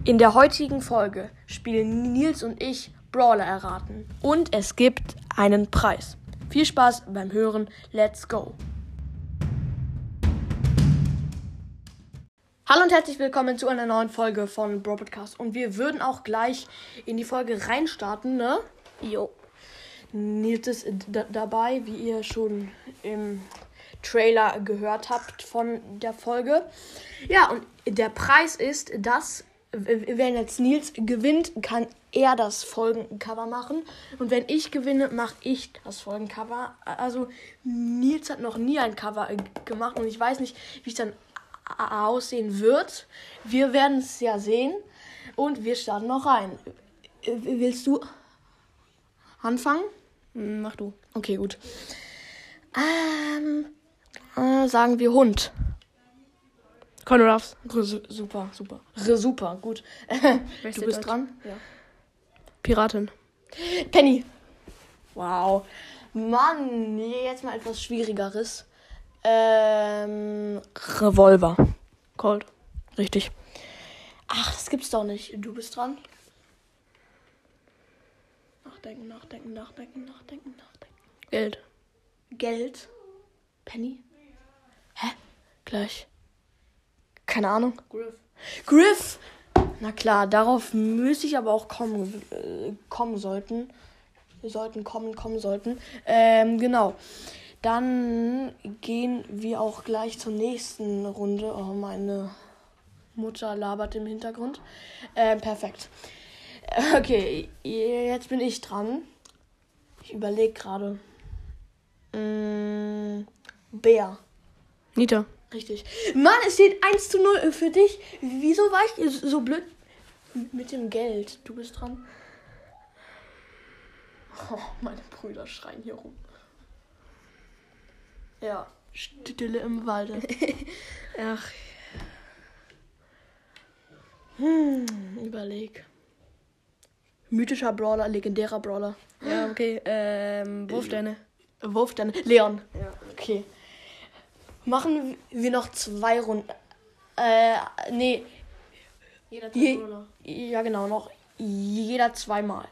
In der heutigen Folge spielen Nils und ich Brawler erraten. Und es gibt einen Preis. Viel Spaß beim Hören. Let's go! Hallo und herzlich willkommen zu einer neuen Folge von Brawl Podcast. Und wir würden auch gleich in die Folge reinstarten, ne? Jo. Nils ist dabei, wie ihr schon im Trailer gehört habt von der Folge. Ja, und der Preis ist, dass, wenn jetzt Nils gewinnt, kann er das Folgencover machen. Und wenn ich gewinne, mache ich das Folgencover. Also Nils hat noch nie ein Cover gemacht und ich weiß nicht, wie es dann aussehen wird. Wir werden es ja sehen und wir starten noch rein. Willst du anfangen? Mach du. Okay, gut. Sagen wir Hund. Conrad's. Super. Super, gut. Du bist dran? Ja. Piratin. Penny. Wow. Mann, jetzt mal etwas Schwierigeres. Revolver. Colt. Richtig. Ach, das gibt's doch nicht. Du bist dran. Nachdenken. Geld. Geld. Penny. Hä? Gleich. Keine Ahnung. Griff. Na klar, darauf müsste ich aber auch kommen sollten. Wir sollten kommen sollten. Genau. Dann gehen wir auch gleich zur nächsten Runde. Oh, meine Mutter labert im Hintergrund. Perfekt. Okay, jetzt bin ich dran. Ich überlege gerade. Bär. Nita. Richtig. Mann, es steht 1:0 für dich. Wieso war ich so blöd mit dem Geld? Du bist dran. Oh, meine Brüder schreien hier rum. Ja, Stille im Walde. Ach. Überleg. Mythischer Brawler, legendärer Brawler. Ja, okay. Wurfsterne. Wurfsterne. Leon. Ja. Okay. Machen wir noch 2 Runden. Nee. Jeder Ja, genau, noch jeder 2-mal.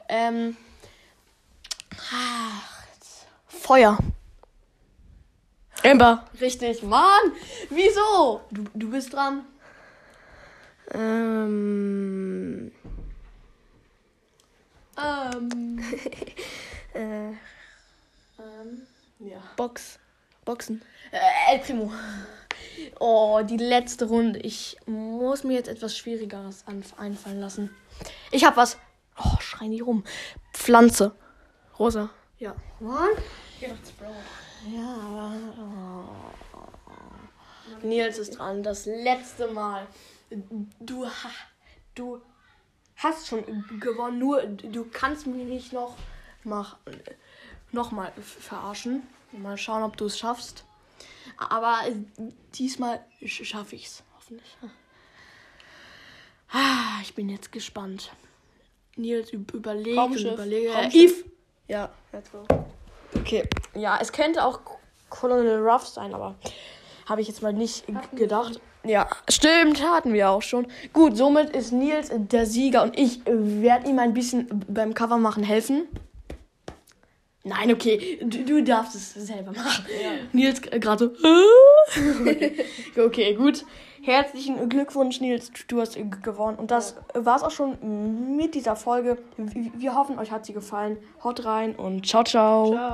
Feuer. Amber. Richtig, Mann. Wieso? Du bist dran. Ja. Boxen. El Primo. Oh, die letzte Runde. Ich muss mir jetzt etwas Schwierigeres einfallen lassen. Ich hab was. Oh, schreien die rum. Pflanze. Rosa. Ja. Mann. Ja. Nils ist dran. Das letzte Mal. Du hast schon gewonnen. Nur du kannst mich nicht noch mal verarschen. Mal schauen, ob du es schaffst. Aber diesmal schaffe ich es. Hoffentlich. Ich bin jetzt gespannt. Nils überlegt. Eve. Ja, let's go. Okay. Ja, es könnte auch Colonel Ruff sein, aber habe ich jetzt mal nicht gedacht. Ja, stimmt, hatten wir auch schon. Gut, somit ist Nils der Sieger und ich werde ihm ein bisschen beim Cover machen helfen. Nein, okay, du darfst es selber machen. Ja. Nils gerade so. Okay, gut. Herzlichen Glückwunsch, Nils, du hast gewonnen. Und das war's auch schon mit dieser Folge. Wir hoffen, euch hat sie gefallen. Haut rein und ciao. Ciao.